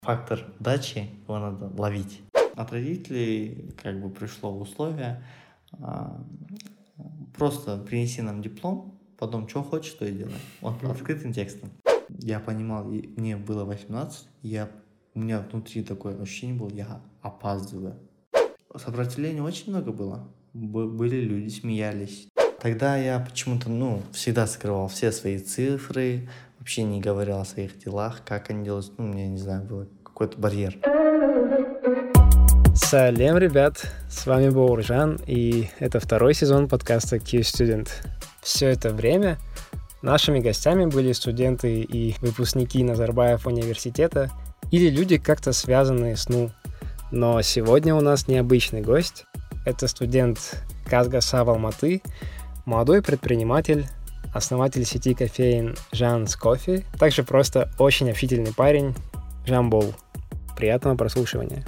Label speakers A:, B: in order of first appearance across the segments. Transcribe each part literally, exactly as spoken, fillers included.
A: Фактор удачи, его надо ловить. От родителей как бы пришло условие а, просто принеси нам диплом, потом что хочешь, то и делай. Вот открытым текстом. Я понимал, и мне было восемнадцать, я, у меня внутри такое ощущение было, я опаздываю. Сопротивления очень много было. Б- были люди, смеялись. Тогда я почему-то, ну, всегда скрывал все свои цифры, вообще не говорил о своих делах, как они делают, ну, мне, не знаю, был какой-то барьер.
B: Салем, ребят, с вами Бауржан, и это второй сезон подкаста Q-Student. Все это время нашими гостями были студенты и выпускники Назарбаев университета или люди, как-то связанные с НУ. Но сегодня у нас необычный гость. Это студент Казгаса в Алматы, молодой предприниматель, основатель сети кофеин Жан's Coffee, также просто очень общительный парень Жамбол. Приятного прослушивания.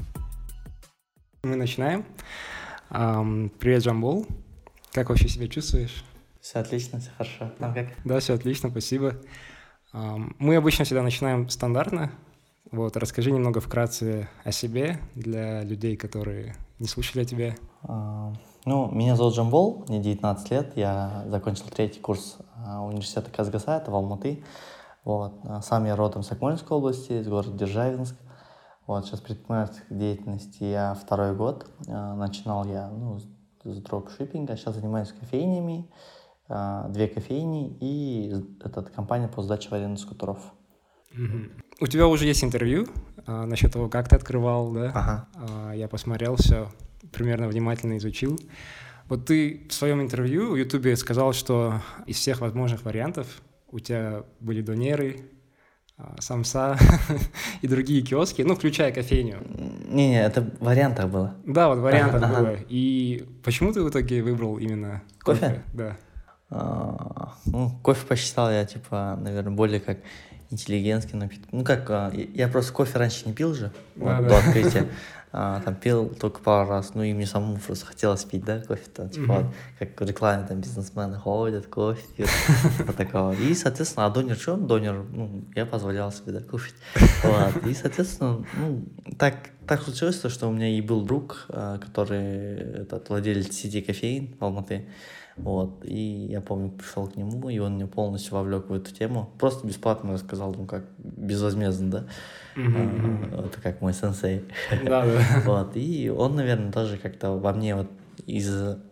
B: Мы начинаем. Um, привет, Жамбол. Как вообще себя чувствуешь?
A: Все отлично, все хорошо. Там как?
B: Да, все отлично, спасибо. Um, мы обычно всегда начинаем стандартно. Вот, расскажи немного вкратце о себе для людей, которые не слышали о тебе.
A: А, ну, меня зовут Жамбол, мне девятнадцать лет, я закончил третий курс университета Казгаса, это в Алматы. Вот. Сам я родом с Акмолинской области, из города Державинск. Вот, сейчас предпринимательской деятельности я второй год. Начинал я ну, с дропшиппинга, сейчас занимаюсь кофейнями, две кофейни и это компания по сдаче в аренду скутеров.
B: Mm-hmm. У тебя уже есть интервью а, насчет того, как ты открывал, да?
A: Ага.
B: А, я посмотрел все, примерно внимательно изучил. Вот ты в своем интервью в Ютубе сказал, что из всех возможных вариантов у тебя были донеры, самса и другие киоски, ну, включая кофейню.
A: Не-не, это в вариантах было.
B: Да, вот в вариантах
A: ага,
B: было.
A: ага.
B: И почему ты в итоге выбрал именно кофе?
A: Кофе?
B: Да.
A: А, ну, кофе посчитал я, типа, наверное, более как интеллигентский напиток. Ну, как, я просто кофе раньше не пил же,
B: да,
A: вот,
B: да.
A: до открытия. А, там пил только пару раз, ну и мне самому просто хотелось пить, да, кофе, там, типа, mm-hmm. вот, как в рекламе, там, бизнесмены ходят, кофе пьют, вот такого. И, соответственно, а донер что? Донер, ну, я позволял себе, да, кушать. Вот, и, соответственно, ну, так, так случилось, что у меня и был друг, который, этот, владелец сети кофеин в Алматы, вот, и я помню, пришел к нему, и он меня полностью вовлек в эту тему, просто бесплатно рассказал, ну, как, безвозмездно, да,
B: mm-hmm.
A: а, это как мой сенсей,
B: да, да.
A: вот, и он, наверное, даже как-то во мне вот из,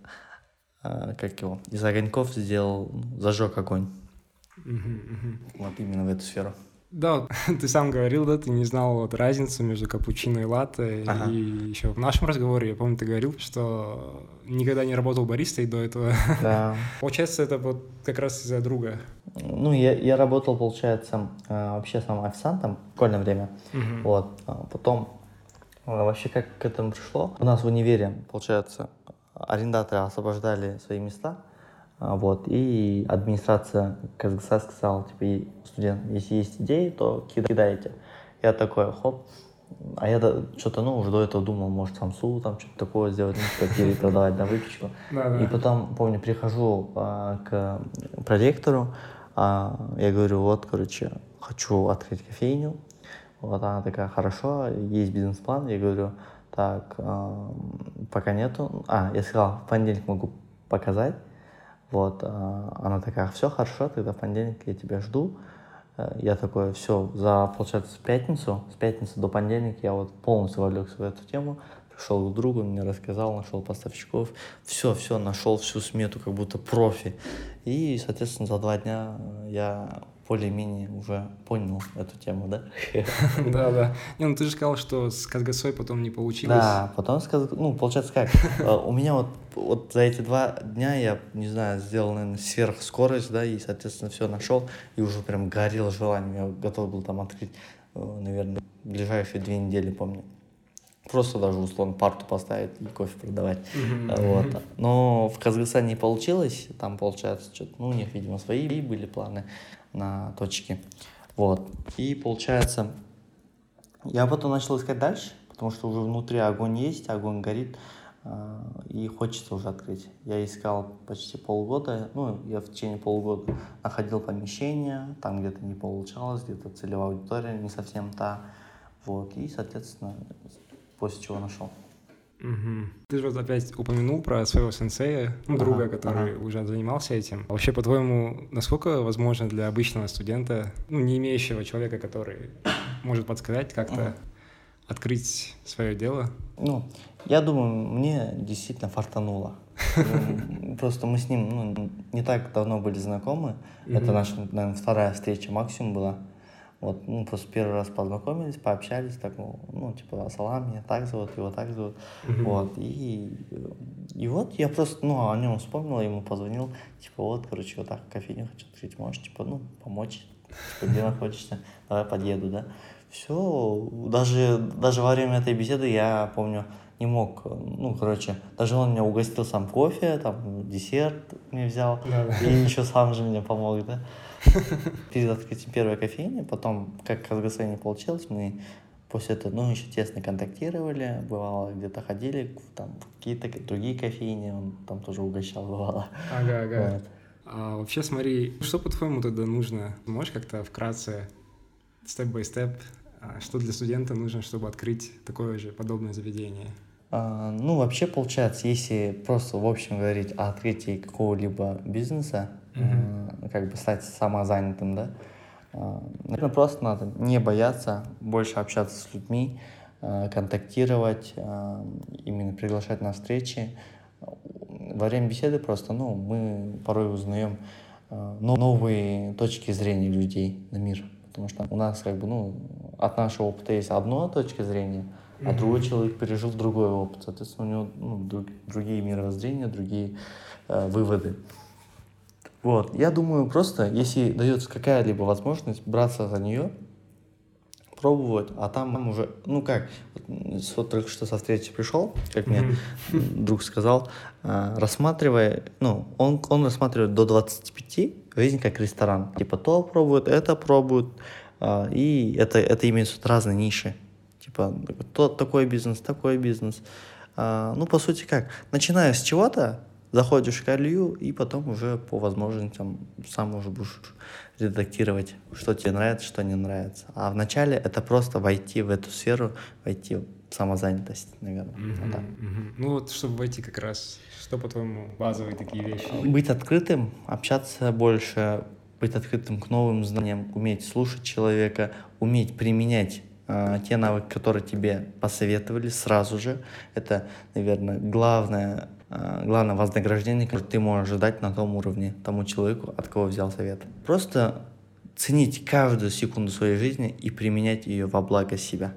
A: а, как его, из огоньков сделал, зажег огонь,
B: mm-hmm.
A: вот именно в эту сферу.
B: Да, ты сам говорил, да, ты не знал вот разницу между капучино и латте, ага. И еще в нашем разговоре, я помню, ты говорил, что никогда не работал баристой до этого.
A: Да.
B: Получается, это вот как раз из-за друга.
A: Ну, я, я работал, получается, вообще сам официантом в школьное время,
B: uh-huh.
A: вот, потом вообще как к этому пришло, у нас в универе, получается, арендаторы освобождали свои места, вот, и администрация Казгаса сказала, типа, студент, если есть идеи, то кидайте. Я такой, хоп, а я что-то, ну, уже до этого думал, может, самсу, там, что-то такое сделать, ну, типа, перепродавать на выпечку. И потом, помню, прихожу а, к проректору, а, я говорю, вот, короче, хочу открыть кофейню. Вот она такая, хорошо, есть бизнес-план. Я говорю, так, а, пока нету. А, я сказал, в понедельник могу показать. Вот, она такая, все хорошо, тогда в понедельник я тебя жду. Я такой, все, за, получается, пятницу, с пятницы до понедельника я вот полностью вовлекся в эту тему. Пришел к другу, мне рассказал, нашел поставщиков. Все, все, нашел всю смету, как будто профи. И, соответственно, за два дня я более-менее уже понял эту тему, да?
B: Да, да. Не, ну ты же сказал, что с Казгасой потом не получилось.
A: Да, потом с Казгасой, ну, получается как, у меня вот, вот за эти два дня я, не знаю, сделал, наверное, сверхскорость, да, и, соответственно, все нашел, и уже прям горел желанием, я готов был там открыть, наверное, ближайшие две недели, помню. Просто даже, условно, парту поставить и кофе продавать. Mm-hmm. Вот. Но в Казгаса не получилось, там, получается, что-то, ну, у них, видимо, свои были планы на точки. Вот. И, получается, я потом начал искать дальше, потому что уже внутри огонь есть, огонь горит, и хочется уже открыть. Я искал почти полгода, ну, я в течение полугода находил помещение, там где-то не получалось, где-то целевая аудитория не совсем та. Вот, и, соответственно, после чего нашел.
B: Угу. Ты же вот опять упомянул про своего сенсея, ну, друга,
A: Ага,
B: который
A: ага.
B: уже занимался этим. А вообще, по-твоему, насколько возможно для обычного студента, ну, не имеющего человека, который может подсказать как-то,
A: Мгм.
B: открыть свое дело?
A: Ну, я думаю, мне действительно фартануло. М, Просто мы с ним ну, не так давно были знакомы. Это
B: Мгм.
A: наша, наверное, вторая встреча максимум была. Вот, ну, просто первый раз познакомились, пообщались, так, ну, ну, типа, салам, меня так зовут, его так зовут.
B: Мгм.
A: Вот, и, и вот я просто, ну, о нем вспомнил, ему позвонил, типа, вот, короче, вот так кофейню хочу открыть, можешь, типа, ну, помочь, типа, где находишься, давай подъеду, да. Все, даже, даже во время этой беседы я помню, не мог, ну, короче, даже он меня угостил сам кофе, там, десерт мне взял,
B: Да-да.
A: и еще сам же мне помог, да. Перед открытием первой кофейни, потом, как КСГС не получилось, мы после этого, ну, еще тесно контактировали, бывало, где-то ходили, там, в какие-то другие кофейни, он там тоже угощал, бывало.
B: Ага, ага.
A: Вот.
B: А вообще, смотри, что, по-твоему, тогда нужно? Можешь как-то вкратце, степ-бай-степ, что для студента нужно, чтобы открыть такое же подобное заведение?
A: А, ну, вообще, получается, если просто, в общем, говорить о открытии какого-либо бизнеса,
B: Мгм.
A: а, как бы стать самозанятым, да, а, наверное, просто надо не бояться, больше общаться с людьми, а, контактировать, а, именно приглашать на встречи. Во время беседы просто, ну, мы порой узнаем а, но- новые точки зрения людей на мир, потому что у нас, как бы, ну, от нашего опыта есть одно точка зрения, а другой человек пережил другой опыт, соответственно, у него ну, друг- другие мировоззрения, другие э, выводы. Вот, я думаю, просто, если дается какая-либо возможность браться за нее, пробовать, а там уже, ну как, вот, м, с- вот только что со встречи пришел, как мне
B: Мгм.
A: м, друг сказал, а, рассматривая, ну, он, он рассматривает до двадцати пяти жизнь как ресторан. Типа то пробует, это пробует, а, и это, это имеются разные ниши. Типа тот такой бизнес, такой бизнес. А, ну, по сути, как, начиная с чего-то, заходишь в колею, и потом уже по возможностям сам уже будешь редактировать, что тебе нравится, что не нравится. А вначале это просто войти в эту сферу, войти в самозанятость, наверное. Вот так.
B: Мгм, мгм. Ну вот, чтобы войти как раз, что, по-твоему, базовые такие вещи?
A: Быть открытым, общаться больше, быть открытым к новым знаниям, уметь слушать человека, уметь применять э, те навыки, которые тебе посоветовали сразу же. Это, наверное, главное, э, главное вознаграждение, которое ты можешь дать на том уровне тому человеку, от кого взял совет. Просто ценить каждую секунду своей жизни и применять ее во благо себя.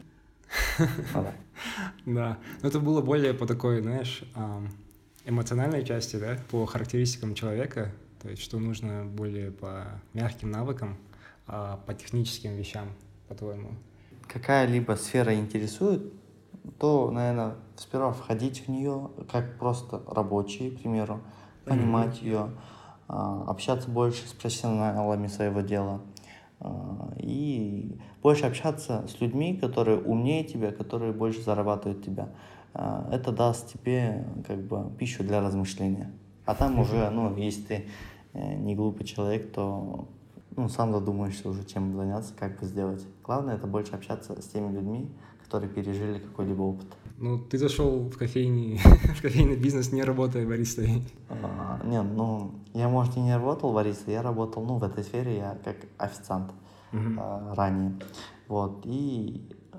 A: Вот так.
B: Да, но это было более по такой, знаешь, ам, эмоциональной части, да, по характеристикам человека, то есть что нужно более по мягким навыкам, а по техническим вещам, по-твоему.
A: Какая-либо сфера интересует, то, наверное, сперва входить в нее как просто рабочий, к примеру, понимать ее, а, общаться больше с профессионалами своего дела а, и больше общаться с людьми, которые умнее тебя, которые больше зарабатывают тебя. А, Это даст тебе как бы пищу для размышления. А там уже, ну, если ты э, не глупый человек, то ну, сам задумаешься уже, чем заняться, как бы сделать. Главное, это больше общаться с теми людьми, которые пережили какой-либо опыт.
B: Ну, ты зашел в кофейни, в кофейный бизнес, не работая баристой.
A: А, не, ну, я, может, и не работал баристой, я работал, ну, в этой сфере я как официант
B: Мгм.
A: а, ранее. Вот, и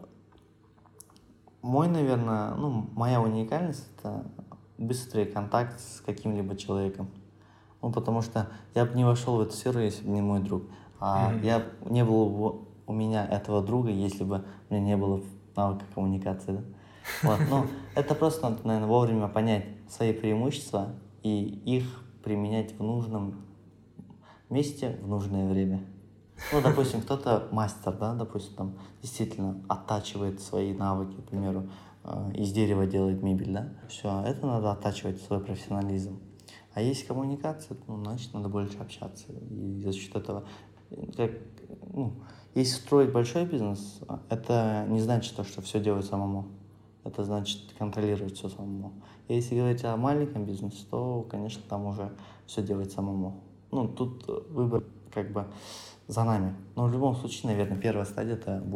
A: мой, наверное, ну, моя уникальность– это быстрый контакт с каким-либо человеком. Ну, потому что я бы не вошел в эту сферу, если бы не мой друг. А
B: Мгм.
A: я б- не было бы у меня этого друга, если бы у меня не было навыка коммуникации, да? Вот, ну, это просто надо, наверное, вовремя понять свои преимущества и их применять в нужном месте в нужное время. Ну, допустим, кто-то мастер, да, допустим, там действительно оттачивает свои навыки, к примеру, э, из дерева делает мебель, да, все, это надо оттачивать свой профессионализм. А есть коммуникация, ну, значит, надо больше общаться. И за счет этого, э, как, ну, если строить большой бизнес, а, это не значит то, что все делать самому. Это значит контролировать все самому. И если говорить о маленьком бизнесе, то, конечно, там уже все делать самому. Ну, тут э, выбор как бы за нами. Но в любом случае, наверное, первая стадия это будет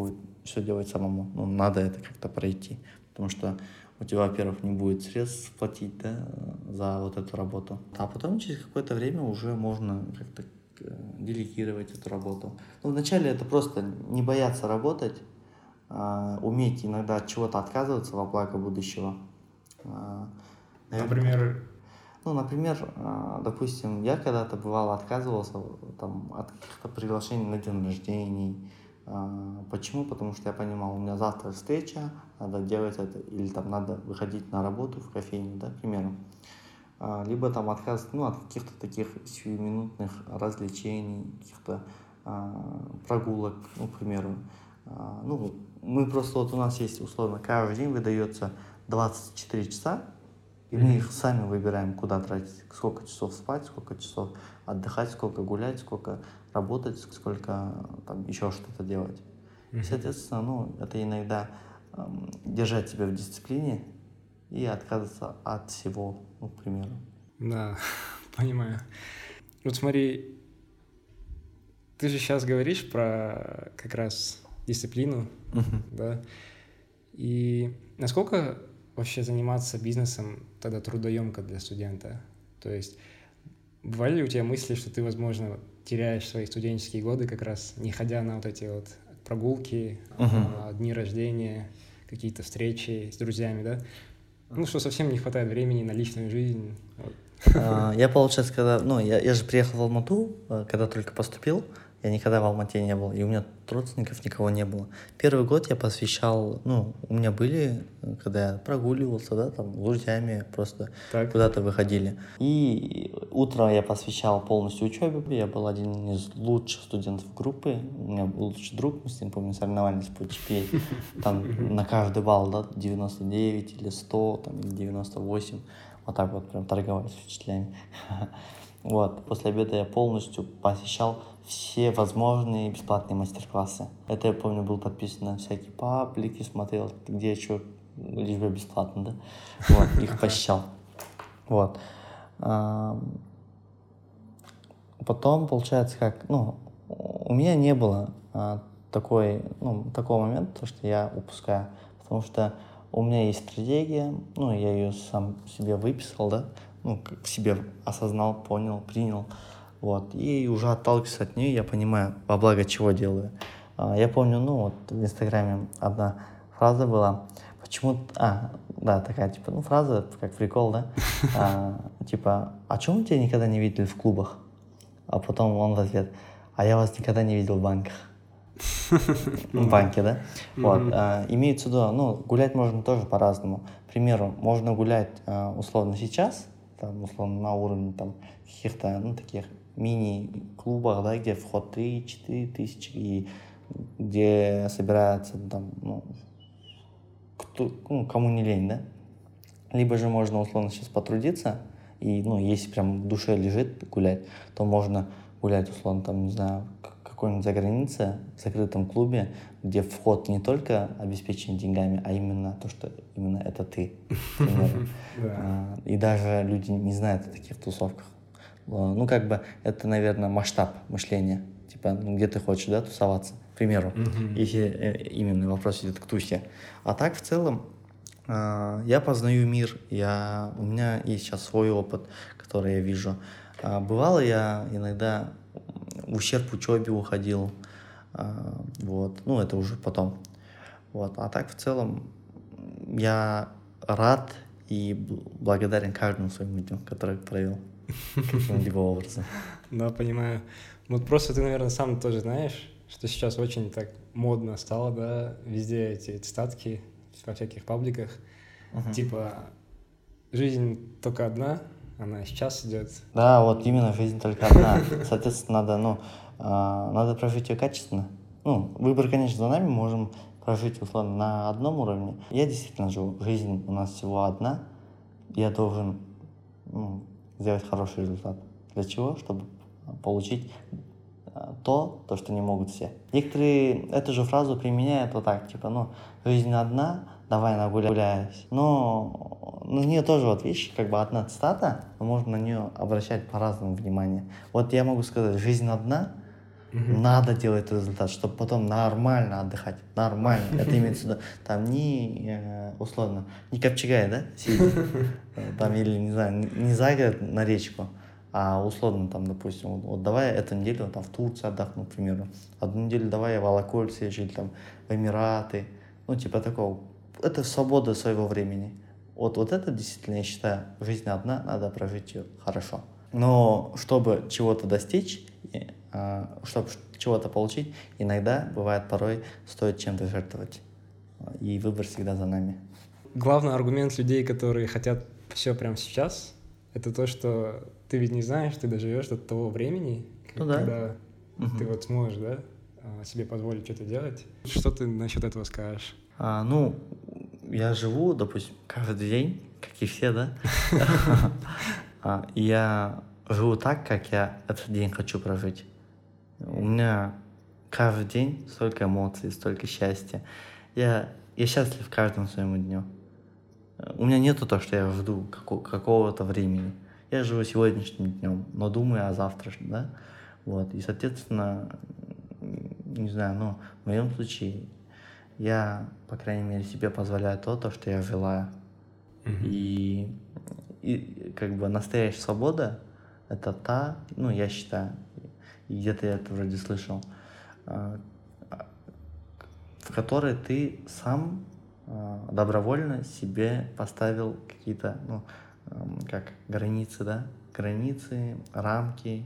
A: все делать самому. Ну, надо это как-то пройти, потому что у тебя, во-первых, не будет средств платить, да, за вот эту работу. А потом через какое-то время уже можно как-то делегировать эту работу. Ну, вначале это просто не бояться работать, а, уметь иногда от чего-то отказываться во благо будущего. А,
B: Например?
A: Ну, например, а, допустим, я когда-то бывало отказывался там, от каких-то приглашений на день рождения. А, почему? Потому что я понимал, у меня завтра встреча, надо делать это, или там надо выходить на работу в кофейню, да, к примеру. А, либо там отказ, ну, от каких-то таких сиюминутных развлечений, каких-то а, прогулок, ну, к примеру. А, ну, мы просто, вот у нас есть, условно, каждый день выдается двадцать четыре часа, и мы их сами выбираем, куда тратить, сколько часов спать, сколько часов отдыхать, сколько гулять, сколько работать, сколько там еще что-то делать. И, соответственно, ну, это иногда эм, держать себя в дисциплине и отказываться от всего, ну, к примеру.
B: Да, понимаю. Вот смотри, ты же сейчас говоришь про как раз дисциплину,
A: Uh-huh.
B: да? И насколько вообще заниматься бизнесом тогда трудоемко для студента? То есть бывали ли у тебя мысли, что ты, возможно, теряешь свои студенческие годы, как раз не ходя на вот эти вот прогулки,
A: Uh-huh.
B: дни рождения, какие-то встречи с друзьями, да? Ну, что совсем не хватает времени на личную жизнь. Вот.
A: А, Я, получается, когда, ну, я, я же приехал в Алмату, когда только поступил, я никогда в Алмате не был, и у меня родственников никого не было. Первый год я посвящал, ну, у меня были, когда я прогуливался, да, там, с друзьями просто
B: Так.
A: куда-то выходили. И утро я посвящал полностью учебе, я был один из лучших студентов группы, у меня был лучший друг, мы с ним, помню, соревновались по джи пи эй, там на каждый балл, да, девяносто девять или сто, там, или девяносто восемь, вот так вот прям торговались впечатлениями. Вот, после обеда я полностью посещал все возможные бесплатные мастер-классы. Это, я помню, был подписан на всякие паблики, смотрел, где что, лишь бы бесплатно, да? Вот, их посещал. Вот. Потом, получается, как, ну, у меня не было а, такой, ну, такого момента, что я упускаю, потому что у меня есть стратегия, ну, я ее сам себе выписал, да, ну, к себе осознал, понял, принял, вот, и уже отталкиваясь от нее, я понимаю, во благо чего делаю. А, я помню, ну, вот в Инстаграме одна фраза была, почему, а, да, такая, типа, ну, фраза, как прикол, да, а, типа, а чего мы тебя никогда не видели в клубах? А потом он в ответ, а я вас никогда не видел в банках. В банке, да? Вот. Имеется в виду, ну, гулять можно тоже по-разному. К примеру, можно гулять условно сейчас, там, условно, на уровне там каких-то, ну, таких мини-клубах, да, где вход три-четыре тысячи, и где собираются там, ну, кто, ну, кому не лень, да? Либо же можно, условно, сейчас потрудиться, и, ну, если прям в душе лежит гулять, то можно гулять, условно, там, не знаю, какой-нибудь за границей, в закрытом клубе, где вход не только обеспечен деньгами, а именно то, что именно это ты. И даже люди не знают о таких тусовках. Ну, как бы, это, наверное, масштаб мышления. Типа, ну, где ты хочешь, да, тусоваться, к примеру, если именно вопрос идет к тусе. А так, в целом, я познаю мир, я, у меня есть сейчас свой опыт, который я вижу. Бывало, я иногда в ущерб учебе уходил, вот, ну, это уже потом. Вот. А так, в целом, я рад и благодарен каждому своему дню, который провел каким-либо образом.
B: Да, понимаю. Вот просто ты, наверное, сам тоже знаешь, что сейчас очень так модно стало, да, везде эти цитатки во всяких пабликах. Uh-huh. Типа, жизнь только одна, она сейчас идет.
A: Да, вот именно жизнь только одна. Соответственно, надо, ну, э, надо прожить ее качественно. Ну, выбор, конечно, за нами, можем прожить, условно, на одном уровне. Я действительно живу, жизнь у нас всего одна, я должен, ну, сделать хороший результат. Для чего? Чтобы получить то, то, что не могут все. Некоторые эту же фразу применяют вот так, типа, ну, жизнь одна, давай нагуляюсь. Но на нее тоже вот, видишь, как бы одна цитата, но можно на нее обращать по-разному внимание. Вот я могу сказать, жизнь одна, Угу. Надо делать результат, чтобы потом нормально отдыхать. Нормально. Это имеется в виду, там не, условно, не Копчегай, да, сидеть, там, или, не знаю, не за город на речку, а условно, там, допустим, вот, вот давай эту неделю там, в Турции отдохну, к примеру. Одну неделю давай я в Алаколь съезжу, или там в Эмираты. Ну, типа такого. Это свобода своего времени. Вот, вот это действительно, я считаю, жизнь одна, надо прожить ее хорошо. Но чтобы чего-то достичь, чтобы чего-то получить, иногда, бывает, порой стоит чем-то жертвовать. И выбор всегда за нами.
B: Главный аргумент людей, которые хотят все прямо сейчас, это то, что ты ведь не знаешь, ты доживешь до того времени, ну, когда да. ты угу. вот сможешь, да, себе позволить что-то делать. Что ты насчет этого скажешь?
A: А, ну, я живу, допустим, каждый день, как и все, да? Я живу так, как я этот день хочу прожить. У меня каждый день столько эмоций, столько счастья. Я, я счастлив каждому своему дню. У меня нету то, что я жду какого-то времени. Я живу сегодняшним днем, но думаю о завтрашнем, да? Вот. И, соответственно, не знаю, но в моем случае я, по крайней мере, себе позволяю то, то что я желаю. Mm-hmm. И, и как бы настоящая свобода — это та, ну, я считаю, и где-то я это вроде слышал, в которой ты сам добровольно себе поставил какие-то, ну, как границы, да, границы, рамки,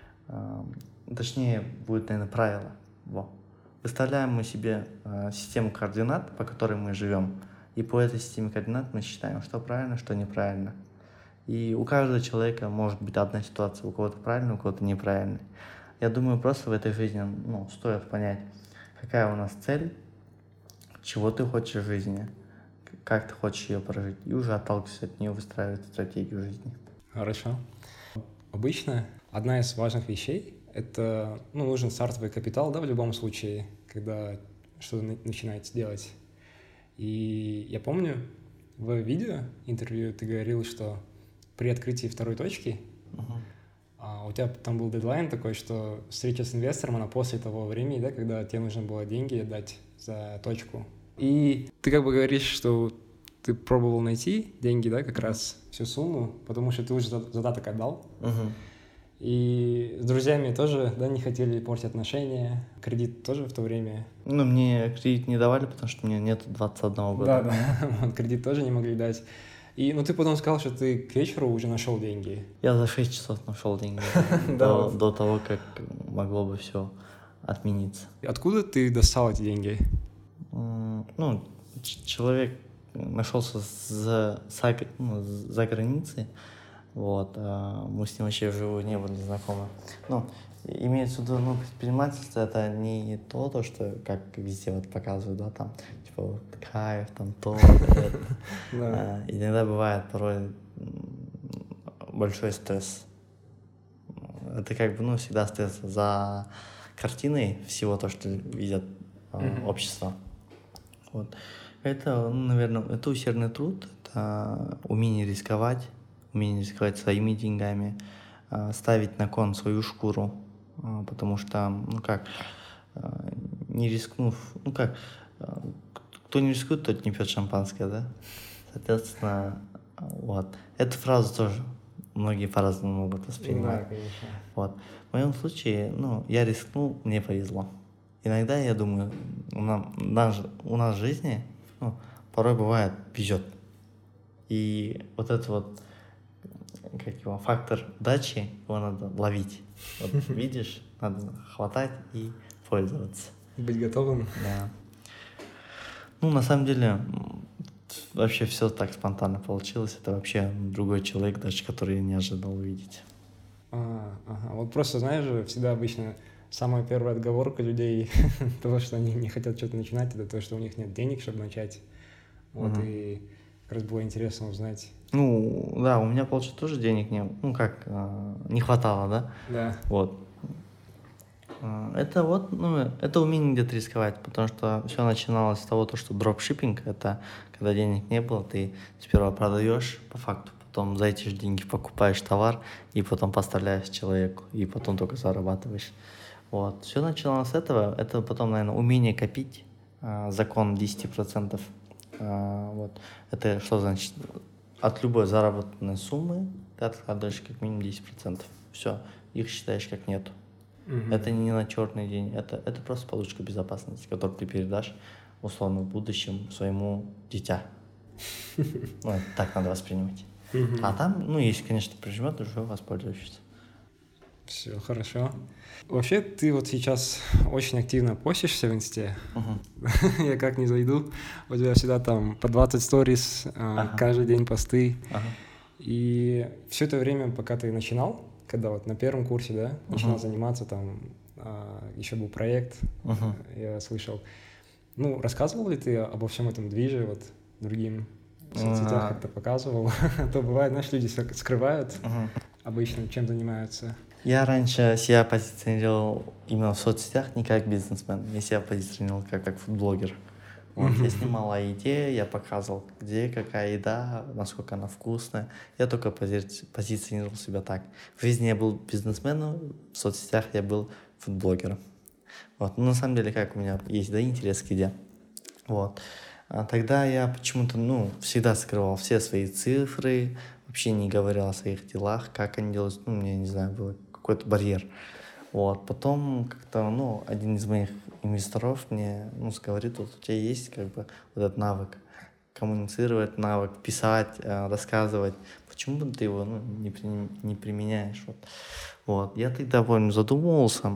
A: точнее, будет, наверное, правило. Во. Выставляем мы себе систему координат, по которой мы живем, и по этой системе координат мы считаем, что правильно, что неправильно. И у каждого человека может быть одна ситуация, у кого-то правильная, у кого-то неправильная. Я думаю, просто в этой жизни, ну, стоит понять, какая у нас цель, чего ты хочешь в жизни, как ты хочешь ее прожить, и уже отталкиваясь от нее выстраивать стратегию жизни.
B: Хорошо. Обычно одна из важных вещей — это, ну, нужен стартовый капитал, да, в любом случае, когда что-то начинаете делать. И я помню, в видео интервью ты говорил, что при открытии второй точки uh-huh. а, у тебя там был дедлайн такой, что встреча с инвестором, она после того времени, да, когда тебе нужно было деньги отдать за точку. И ты как бы говоришь, что ты пробовал найти деньги, да, как uh-huh. раз всю сумму, потому что ты уже задаток отдал. Uh-huh. И с друзьями тоже, да, не хотели портить отношения. Кредит тоже в то время.
A: Ну, мне кредит не давали, потому что мне нет двадцать одного года.
B: Да, да, кредит тоже не могли дать. И, ну, ты потом сказал, что ты к вечеру уже нашел деньги.
A: Я за шесть часов нашел деньги до, до того, как могло бы все отмениться.
B: Откуда ты достал эти деньги?
A: Ну, человек нашелся за, за, ну, за границей. Вот, а мы с ним вообще вживую не были знакомы. Ну, имеется в виду, ну, предпринимательство — это не то, то, что как везде вот показывают, да, там, типа, вот, кайф, там, то, это. Иногда бывает порой большой стресс. Это как бы, ну, всегда стресс за картиной всего то, что видят общество. Вот. Это, ну, наверное, это усердный труд, это умение рисковать, умение рисковать своими деньгами, ставить на кон свою шкуру, потому что, ну как, не рискнув, ну как, кто не рискует, тот не пьет шампанское, да? Соответственно, вот. Эту фразу тоже многие по-разному могут воспринимать.
B: Да, конечно.
A: Вот. В моем случае, ну, я рискнул, мне повезло. Иногда я думаю, у нас, у нас в жизни, ну, порой бывает, везет. И вот это вот, как его, фактор удачи, его надо ловить. Вот видишь, надо хватать и пользоваться.
B: Быть готовым.
A: Да. Ну, на самом деле, вообще все так спонтанно получилось. Это вообще другой человек, даже который я не ожидал увидеть.
B: А, ага. Вот просто, знаешь же, всегда обычно самая первая отговорка людей того, что они не хотят что-то начинать, это то, что у них нет денег, чтобы начать. Вот, угу. И как раз было интересно узнать.
A: Ну, да, у меня, получается, тоже денег не, ну, как, не хватало, да?
B: Да.
A: Вот. Это вот, ну, это умение где-то рисковать, потому что все начиналось с того, что дропшиппинг — это когда денег не было, ты сперва продаешь по факту, потом за эти же деньги покупаешь товар и потом поставляешь человеку, и потом только зарабатываешь. Вот. Все начиналось с этого. Это потом, наверное, умение копить. А, закон десять процентов. А, вот. Это что значит? От любой заработанной суммы ты откладываешь как минимум десять процентов. Все. Их считаешь как нету. Mm-hmm. Это не на черный день. Это, это просто подушка безопасности, которую ты передашь условно в будущем своему дитя. Ну, так надо воспринимать. Mm-hmm. А там, ну, если, конечно, прижмет, уже воспользуешься.
B: Все хорошо. Вообще, ты вот сейчас очень активно постишься в инсте. Uh-huh. Я как не зайду, у тебя всегда там по двадцать сторис, uh-huh. каждый день посты. Uh-huh. И все это время, пока ты начинал, когда вот на первом курсе, да, uh-huh. начинал заниматься, там еще был проект, uh-huh. я слышал. Ну, рассказывал ли ты обо всем этом движе вот другим в соцсетях, uh-huh. как-то показывал? А то бывает, знаешь, люди скрывают uh-huh. обычно, чем занимаются.
A: Я раньше себя позиционировал именно в соцсетях не как бизнесмен, я себя позиционировал как, как фудблогер. Вот, mm-hmm. Я снимал о еде, я показывал, где какая еда, насколько она вкусная. Я только пози- позиционировал себя так. В жизни я был бизнесменом, в соцсетях я был фудблогером. Вот. Но на самом деле, как у меня есть, да, интерес к еде. Вот. А тогда я почему-то, ну, всегда скрывал все свои цифры, вообще не говорил о своих делах, как они делают, ну, мне, не знаю, был какой-то барьер. Вот. Потом как-то, ну, один из моих инвесторов мне, ну, говорит, вот у тебя есть, как бы, вот этот навык коммуницировать, навык писать, рассказывать. Почему ты его, ну, не, при, не применяешь? Вот. Вот. Я тогда, помню, задумывался.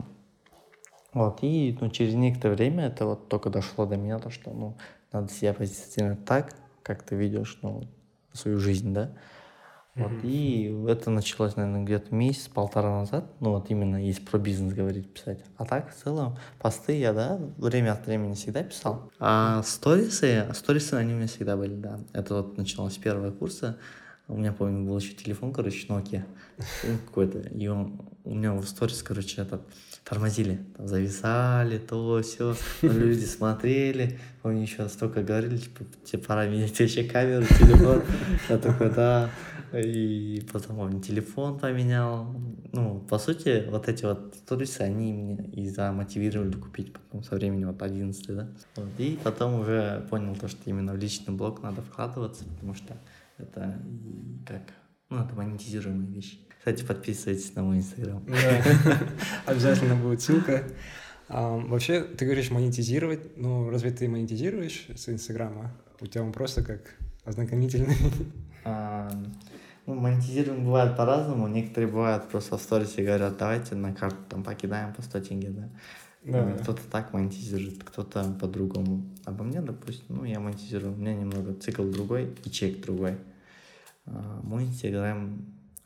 A: Вот. И, ну, через некоторое время это вот только дошло до меня, то, что, ну, надо себя позиционировать так, как ты ведешь, ну, свою жизнь, да. Вот, mm-hmm. И это началось, наверное, где-то месяц-полтора назад, ну вот именно если про бизнес говорить, писать. А так, в целом, посты я, да, время от времени всегда писал. А сторисы, сторисы, они у меня всегда были, да. Это вот началось с первого курса. У меня, помню, был еще телефон, короче, Nokia какой-то. И он, у меня в сторис, короче, этот, тормозили. Там зависали, то, все. Люди смотрели. Помню, еще столько говорили, типа, тебе пора менять вообще камеру, телефон. Я такой, да. И потом он телефон поменял. Ну, по сути, вот эти вот сторисы, они меня и замотивировали купить потом со временем вот одиннадцатый, да. Вот. И потом уже понял то, что именно в личный блог надо вкладываться, потому что это как, ну, это монетизируемая вещь. Кстати, подписывайтесь на мой инстаграм.
B: Обязательно будет ссылка. Вообще, ты говоришь монетизировать, ну, разве ты монетизируешь с инстаграма? У тебя он просто как ознакомительный?
A: Ну, монетизируем бывает по-разному. Некоторые бывают просто в сторисе говорят, давайте на карту там покидаем по сто тенге, да. Да. Кто-то так монетизирует, кто-то по-другому. А по мне, допустим, ну, я монетизирую. У меня немного цикл другой и чек другой. А, мой инстаграм...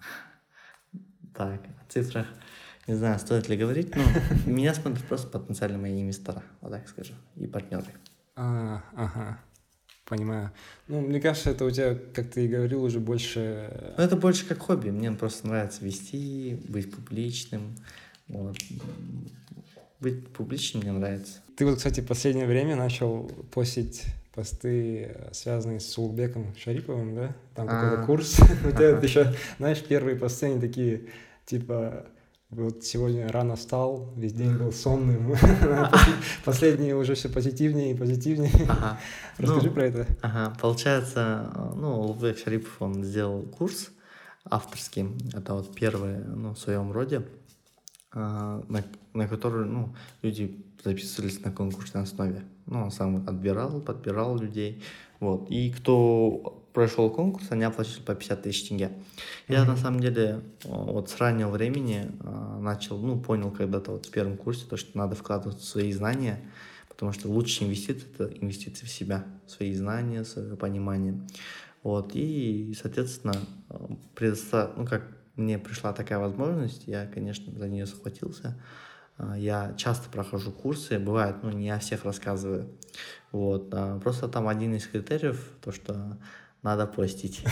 A: Так, о цифрах не знаю, стоит ли говорить, но меня смотрят просто потенциально мои инвестора, вот так скажу, и партнеры.
B: А, ага, понимаю. Ну, мне кажется, это у тебя, как ты и говорил, уже больше...
A: Ну, это больше как хобби. Мне просто нравится вести, быть публичным, вот. Быть публичным мне нравится.
B: Ты вот, кстати, в последнее время начал постить посты, связанные с Улугбеком Шариповым, да? Там какой-то курс. У тебя еще, знаешь, первые посты, они такие, типа, вот сегодня рано встал, весь день был сонным. Последние уже все позитивнее и позитивнее. Расскажи про это.
A: Ага, получается, ну, Улугбек Шарипов, он сделал курс авторский. Это вот первый, ну, в своем роде. На, на который, ну, люди записывались на конкурсной основе. Ну, он сам отбирал, подбирал людей. Вот. И кто прошел конкурс, они оплатили по пятьдесят тысяч тенге. Mm-hmm. Я, на самом деле, вот с раннего времени начал, ну, понял когда-то вот в первом курсе, то, что надо вкладывать в свои знания, потому что лучшие инвестиции – это инвестиции в себя, в свои знания, свое понимание. Вот. И, соответственно, предоставь, ну, как мне пришла такая возможность, я, конечно, за нее схватился. Я часто прохожу курсы, бывает, ну, не о всех рассказываю. Вот. Просто там один из критериев, то, что надо постить.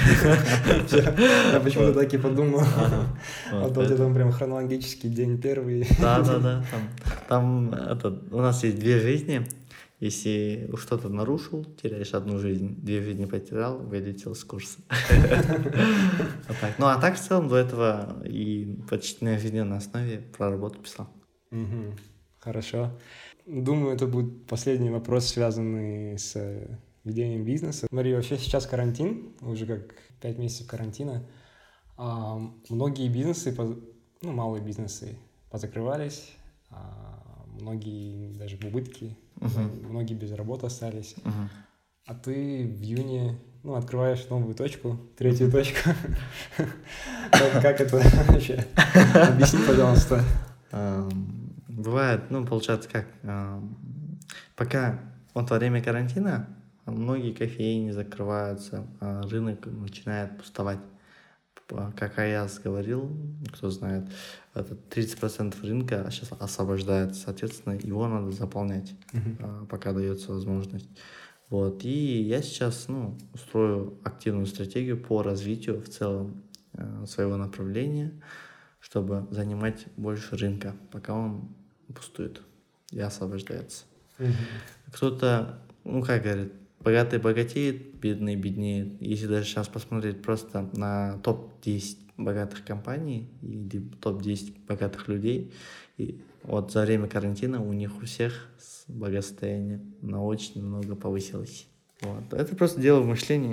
B: Я почему-то так и подумал. А то у тебя там прям хронологический день первый.
A: Да-да-да. Там у нас есть две жизни. Если что-то нарушил, теряешь одну жизнь, две жизни потерял, вылетел с курса. Ну, а так в целом до этого и почти на ежедневной основе про работу писал.
B: Угу. Хорошо. Думаю, это будет последний вопрос, связанный с ведением бизнеса. Смотри, вообще сейчас карантин, уже как пять месяцев карантина. А многие бизнесы, ну, малые бизнесы позакрывались, а многие даже в убытке, uh-huh. многие без работы остались. Uh-huh. А ты в июне, ну, открываешь новую точку, третью точку. Как это вообще? Объясни, пожалуйста.
A: Бывает, ну, получается как, пока вот во время карантина многие кофейни закрываются, рынок начинает пустовать. Как Аяз говорил, кто знает, это тридцать процентов рынка сейчас освобождается, соответственно, его надо заполнять, uh-huh. пока дается возможность. Вот. И я сейчас, ну, устрою активную стратегию по развитию в целом своего направления, чтобы занимать больше рынка, пока он пустует и освобождается. Uh-huh. Кто-то, ну, как говорит, богатый богатеет, бедный беднеет. Если даже сейчас посмотреть просто на топ десять богатых компаний или топ десять богатых людей, и вот за время карантина у них у всех благосостояние на очень много повысилось. Вот. Это просто дело в мышлении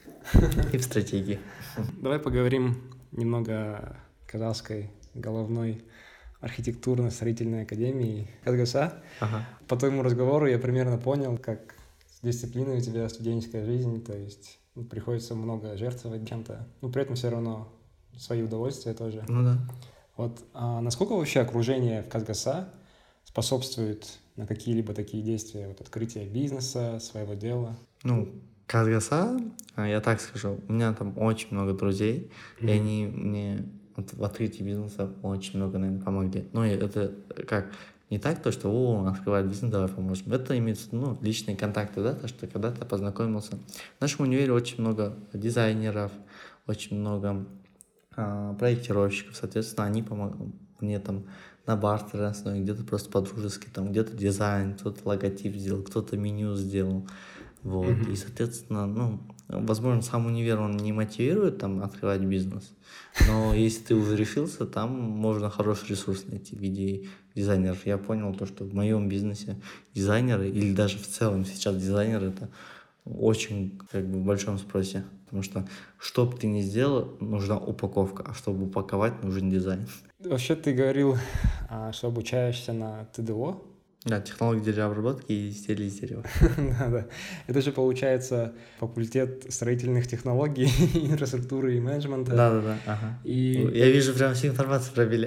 A: и в стратегии.
B: Давай поговорим немного о Казахской головной архитектурно-строительной академии Казгаса. Ага. По твоему разговору я примерно понял, как дисциплина у тебя студенческая жизнь, то есть ну, приходится много жертвовать чем-то, но при этом все равно свои удовольствия тоже.
A: Ну да.
B: Вот, а насколько вообще окружение в Казгаса способствует на какие-либо такие действия, вот открытие бизнеса, своего дела?
A: Ну, Казгаса, я так скажу, у меня там очень много друзей, mm-hmm. и они мне вот, в открытии бизнеса очень много, наверное, помогли. Ну, это как... Не так то, что «О, открывает бизнес, давай поможем». Это имеется, ну, личные контакты, да, то, что когда-то познакомился. В нашем универе очень много дизайнеров, очень много а, проектировщиков, соответственно, они помогают мне там на бартерной основе, где-то просто по-дружески, там, где-то дизайн, кто-то логотип сделал, кто-то меню сделал, вот, mm-hmm. и, соответственно, ну, возможно, сам универ, он не мотивирует там открывать бизнес, но если ты уже решился, там можно хороший ресурс найти в виде дизайнеров. Я понял то, что в моем бизнесе дизайнеры, или даже в целом сейчас дизайнеры, это очень как бы в большом спросе, потому что что бы ты ни сделал, нужна упаковка, а чтобы упаковать, нужен дизайн.
B: Вообще ты говорил, что обучаешься на ТДО.
A: Да, технологии деревообработки и изделий из дерева.
B: Да, да. Это же получается факультет строительных технологий, инфраструктуры и менеджмента.
A: Да, да, да. Ага. И... Я вижу, прям всю информацию пробили.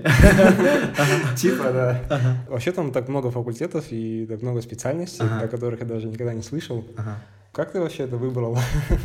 B: Типа, да. Вообще там так много факультетов и так много специальностей, о которых я даже никогда не слышал. Как ты вообще это выбрал?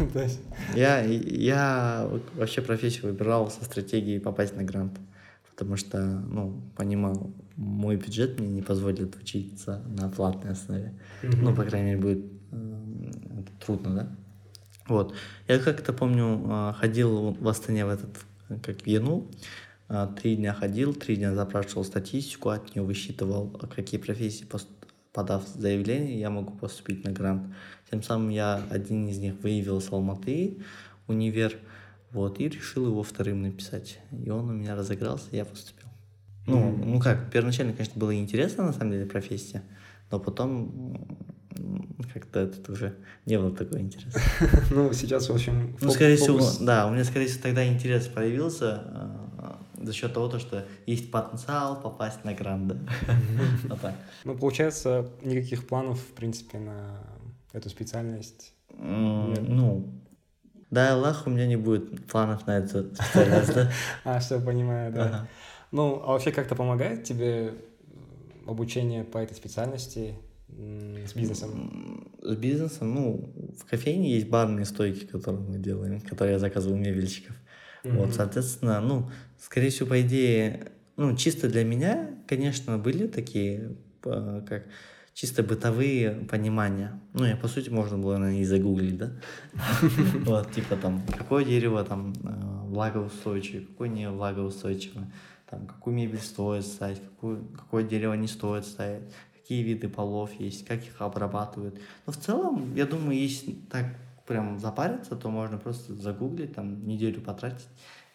A: Я, я вообще профессию выбирал со стратегией попасть на грант. Потому что, ну, понимал, мой бюджет мне не позволит учиться на платной основе. Mm-hmm. Ну, по крайней мере, будет э, трудно, да? Вот. Я как-то помню, ходил в Астане в этот, как в ЕНУ, три дня ходил, три дня запрашивал статистику, от нее высчитывал, какие профессии, подав заявление, я могу поступить на грант. Тем самым я один из них выявил с Алматы, универ, вот, и решил его вторым написать. И он у меня разыгрался, и я поступил. Ну, mm-hmm. ну как, первоначально, конечно, было интересно, на самом деле, профессия, но потом как-то это уже не было такого интереса.
B: Ну, сейчас, в общем,
A: Ну, скорее всего, да, у меня, скорее всего, тогда интерес появился за счет того, что есть потенциал попасть на грант, да.
B: Ну, получается, никаких планов, в принципе, на эту специальность нет?
A: Ну, да, Аллах, у меня не будет планов на эту специальность, да.
B: А, все, понимаю, да. Ну, а вообще как-то помогает тебе обучение по этой специальности с бизнесом?
A: С бизнесом, ну, в кофейне есть барные стойки, которые мы делаем, которые я заказывал у мебельщиков. Mm-hmm. Вот, соответственно, ну, скорее всего, по идее, ну, чисто для меня, конечно, были такие, как чисто бытовые понимания. Ну, я, по сути, можно было, наверное, и загуглить, да? Вот, типа там, какое дерево там влагоустойчивое, какое не влагоустойчивое, там, какую мебель стоит ставить, какое дерево не стоит ставить, какие виды полов есть, как их обрабатывают. Но в целом, я думаю, если так прям запариться, то можно просто загуглить, там, неделю потратить,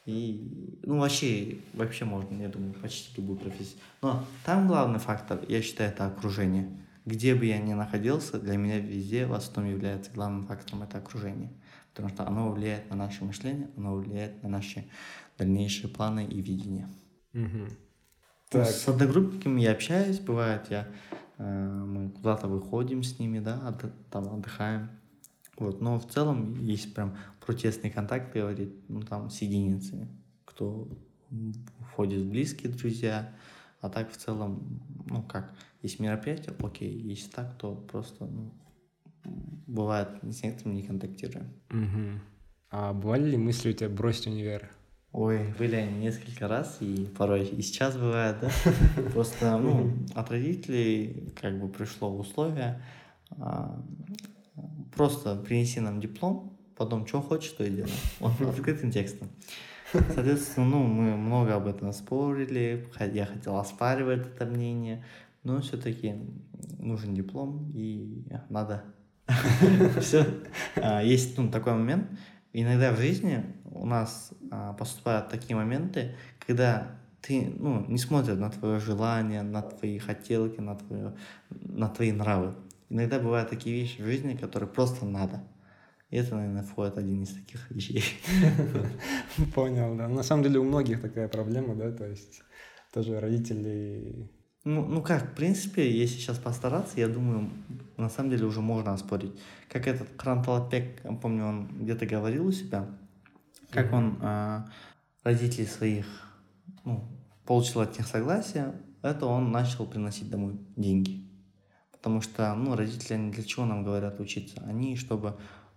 A: И, ну, вообще, вообще можно, я думаю, почти любую профессию. Но там главный фактор, я считаю, это окружение. Где бы я ни находился, для меня везде в основном является главным фактором это окружение. Потому что оно влияет на наше мышление, оно влияет на наши дальнейшие планы и видения.
B: Угу.
A: Ну, с одногруппниками я общаюсь, бывает, я, э, мы куда-то выходим с ними, да, от, там отдыхаем. Вот, но в целом есть прям протестный контакт, говорит, ну там с единицами, кто входит в близкие друзья, а так в целом, ну как, есть мероприятие, окей, если так, то просто, ну, бывает, с некоторыми не контактируем.
B: Угу. А бывали ли мысли у тебя бросить универ?
A: Ой, были они несколько раз, и порой и сейчас бывает, да, просто, ну, от родителей как бы пришло условие, просто принеси нам диплом, потом что хочешь, то и делай. Вот открытым текстом. Соответственно, ну, мы много об этом спорили, я хотел оспаривать это мнение, но все-таки нужен диплом, и надо. Все. Есть, ну, такой момент. Иногда в жизни у нас поступают такие моменты, когда ты, ну, не смотрят на твое желание, на твои хотелки, на, твое, на твои нравы. Иногда бывают такие вещи в жизни, которые просто надо. И это, наверное, входит один из таких вещей.
B: Понял, да. На самом деле у многих такая проблема, да, то есть тоже родители...
A: Ну, ну как, в принципе, если сейчас постараться, я думаю, на самом деле уже можно оспорить. Как этот Кран Талапбек, я помню, он где-то говорил у себя, как mm-hmm. он а, родителей своих, ну, получил от них согласие, это он начал приносить домой деньги. Потому что, ну, родители, они для чего нам говорят учиться? Они, чтобы,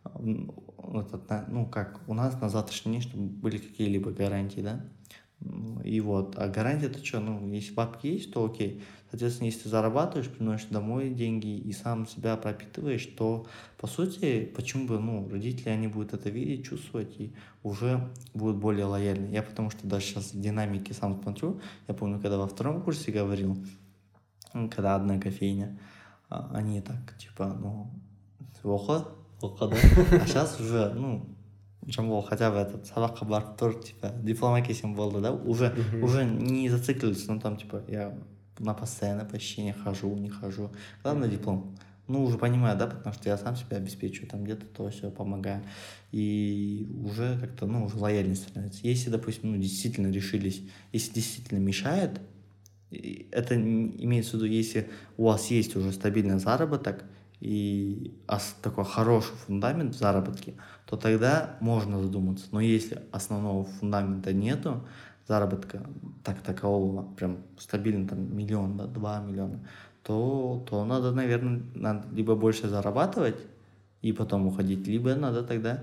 A: ну, как у нас на завтрашний день, чтобы были какие-либо гарантии, да? И вот, а гарантия это что? Ну, если бабки есть, то окей. Соответственно, если ты зарабатываешь, приносишь домой деньги и сам себя пропитываешь, то, по сути, почему бы, ну, родители, они будут это видеть, чувствовать и уже будут более лояльны. Я потому что даже сейчас в динамике сам смотрю, я помню, когда во втором курсе говорил, когда одна кофейня, они так, типа, ну, плохо, плохо, да? А сейчас уже, ну, Джамбол хотя бы этот сабаққа барып тұр, типа, диплом әкелсем болды, да, уже, uh-huh. уже не зацикливаться, ну, там, типа, я на постоянное посещение хожу, не хожу, главное, диплом. Ну, уже понимаю, да, потому что я сам себя обеспечиваю, там, где-то то все помогаю, и уже как-то, ну, уже лояльнее становится. Если, допустим, ну, действительно решились, если действительно мешает, это имеется в виду, если у вас есть уже стабильный заработок, и такой хороший фундамент в заработке, то тогда можно задуматься. Но если основного фундамента нету, заработка так такового, прям стабильно там миллион, да, два миллиона, то, то надо, наверное, надо либо больше зарабатывать и потом уходить, либо надо тогда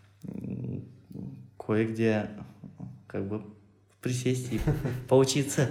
A: кое-где как бы присесть и поучиться.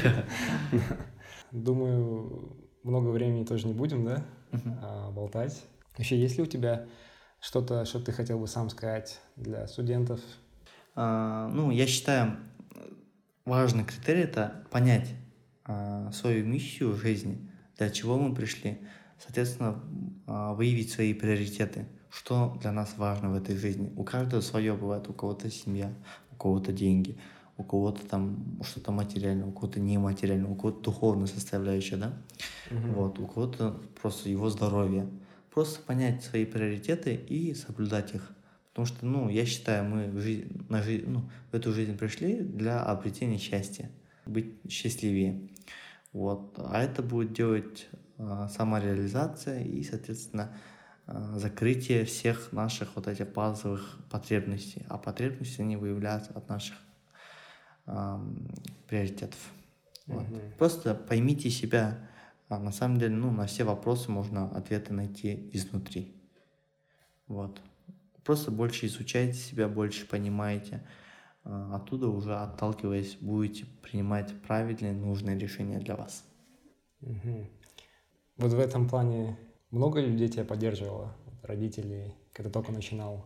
B: Думаю, много времени тоже не будем, да? Uh-huh. А, болтать. Вообще, есть ли у тебя что-то, что ты хотел бы сам сказать для студентов?
A: А, ну, я считаю, важный критерий – это понять а, свою миссию в жизни, для чего мы пришли, соответственно, а, выявить свои приоритеты, что для нас важно в этой жизни. У каждого свое бывает, у кого-то семья, у кого-то деньги, у кого-то там что-то материальное, у кого-то нематериальное, у кого-то духовная составляющая, да, uh-huh. вот, у кого-то просто его здоровье. Просто понять свои приоритеты и соблюдать их. Потому что, ну, я считаю, мы в, жизнь, на жизнь, ну, в эту жизнь пришли для обретения счастья, быть счастливее. Вот. А это будет делать э, самореализация и, соответственно, э, закрытие всех наших вот этих базовых потребностей. А потребности, они выявляются от наших э, приоритетов. Вот. Mm-hmm. Просто поймите себя. А на самом деле, ну, на все вопросы можно ответы найти изнутри. Вот. Просто больше изучайте себя, больше понимаете. Оттуда уже, отталкиваясь, будете принимать правильные, нужные решения для вас.
B: Угу. Вот в этом плане много людей тебя поддерживало? Родителей, когда только начинал?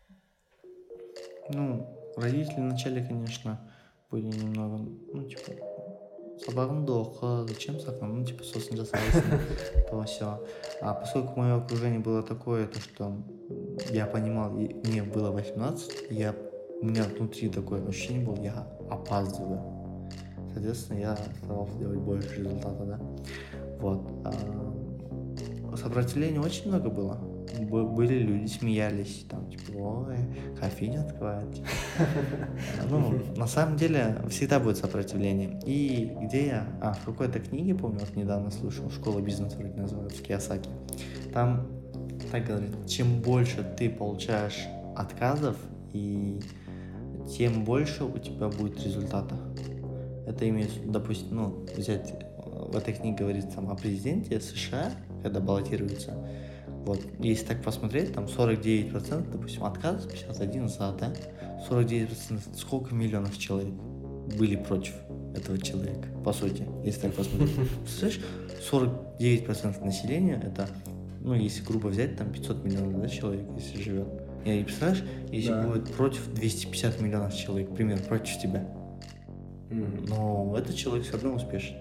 A: Ну, родители вначале, конечно, были немного, ну, типа... Сабағыңды оқы, зачем сахар? Ну, типа, сосын жасайсың, то все. А поскольку мое окружение было такое, то что я понимал, мне было восемнадцать, я у меня внутри такое ощущение было, я опаздываю. Соответственно, я старался делать больше результата, да. Вот. А сопротивления очень много было. Были люди, смеялись, там, типа, ой, кофейню открывают. Ну, на самом деле, всегда будет сопротивление. И где я, а, в какой-то книге, помню, вот недавно слушал, «Школа бизнеса» вроде называется, Кийосаки. Там так говорит, чем больше ты получаешь отказов, и тем больше у тебя будет результата. Это имеется, допустим, ну, взять, в этой книге говорится там о президенте США, когда баллотируется. Вот, если так посмотреть, там сорок девять процентов, допустим, отказов, пятьдесят один за, да? сорок девять процентов, сколько миллионов человек были против этого человека, по сути, если так посмотреть. Слышишь, сорок девять процентов населения, это, ну, если грубо взять, там пятьсот миллионов, да, человек, если живет. И представляешь, если да. будет против двести пятьдесят миллионов человек, к примеру, против тебя. Mm-hmm. Но этот человек все равно успешен.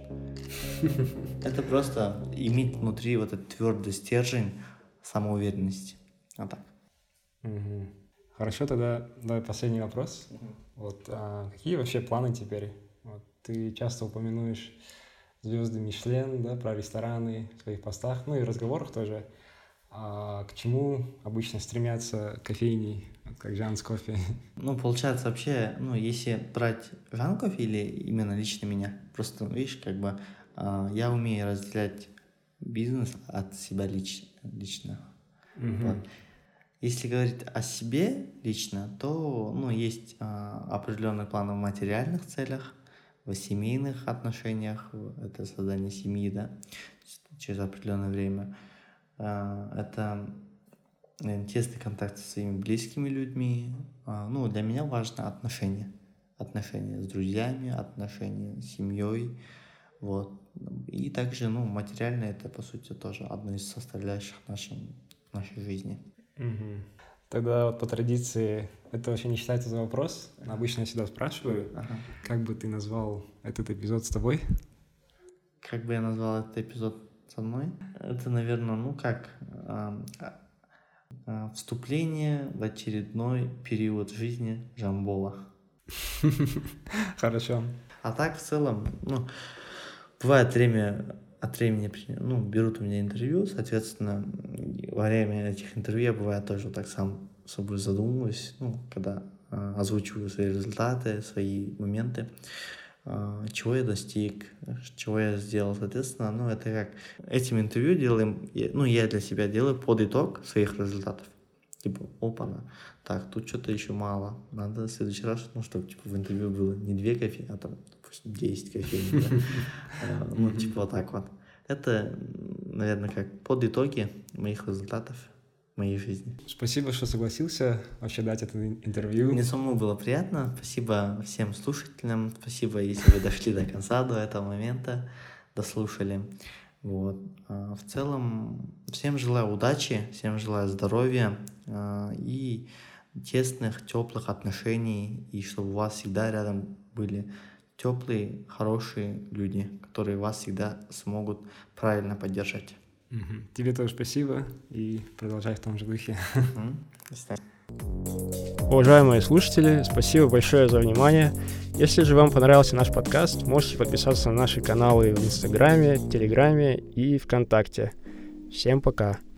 A: Это просто иметь внутри вот этот твердый стержень самоуверенности. А так.
B: Mm-hmm. Хорошо, тогда давай последний вопрос.
A: Mm-hmm.
B: Вот, а какие вообще планы теперь? Вот, ты часто упомянуешь звезды Мишлен, да, про рестораны в своих постах, ну и в разговорах тоже. А к чему обычно стремятся кофейни, как Жанс Кофе?
A: Ну, получается, вообще, ну, если брать Жан Кофе или именно лично меня, просто, видишь, как бы э, я умею разделять бизнес от себя лично. лично.
B: Mm-hmm.
A: Вот. Если говорить о себе лично, то, ну, есть э, определенные планы в материальных целях, в семейных отношениях, это создание семьи, да, через определенное время. Это тесный контакт со своими близкими людьми. Ну, для меня важно отношения. Отношения с друзьями, отношения с семьей. Вот. И также, ну, материально это, по сути, тоже одна из составляющих нашей, нашей жизни.
B: Угу. Тогда вот по традиции, это вообще не считается за вопрос. Обычно я всегда спрашиваю, ага. Как бы ты назвал этот эпизод с тобой?
A: Как бы я назвал этот эпизод со мной? Это, наверное, ну как, э, э, вступление в очередной период жизни Жамбола.
B: Хорошо.
A: А так, в целом, ну, бывает время от времени, ну, берут у меня интервью, соответственно, во время этих интервью я, бывает, тоже так сам с собой задумываюсь, ну, когда э, озвучиваю свои результаты, свои моменты, э, чего я достиг, чего я сделал, соответственно, ну, это как, этим интервью делаем, ну, я для себя делаю под итог своих результатов. Типа, опа-на, так, тут что-то еще мало, надо в следующий раз, ну, чтобы, типа, в интервью было не две кофейни, а там, допустим, десять кофейн, да? Ну, типа, вот так вот. Это, наверное, как под итоги моих результатов в моей жизни.
B: Спасибо, что согласился вообще дать это интервью.
A: Мне самому было приятно, спасибо всем слушателям, спасибо, если вы дошли до конца, до этого момента, дослушали. Вот. В целом, всем желаю удачи, всем желаю здоровья и тесных, теплых отношений, и чтобы у вас всегда рядом были теплые, хорошие люди, которые вас всегда смогут правильно поддержать.
B: Угу. Тебе тоже спасибо, и продолжай в том же духе. Уважаемые слушатели, спасибо большое за внимание. Если же вам понравился наш подкаст, можете подписаться на наши каналы в Инстаграме, Телеграме и ВКонтакте. Всем пока!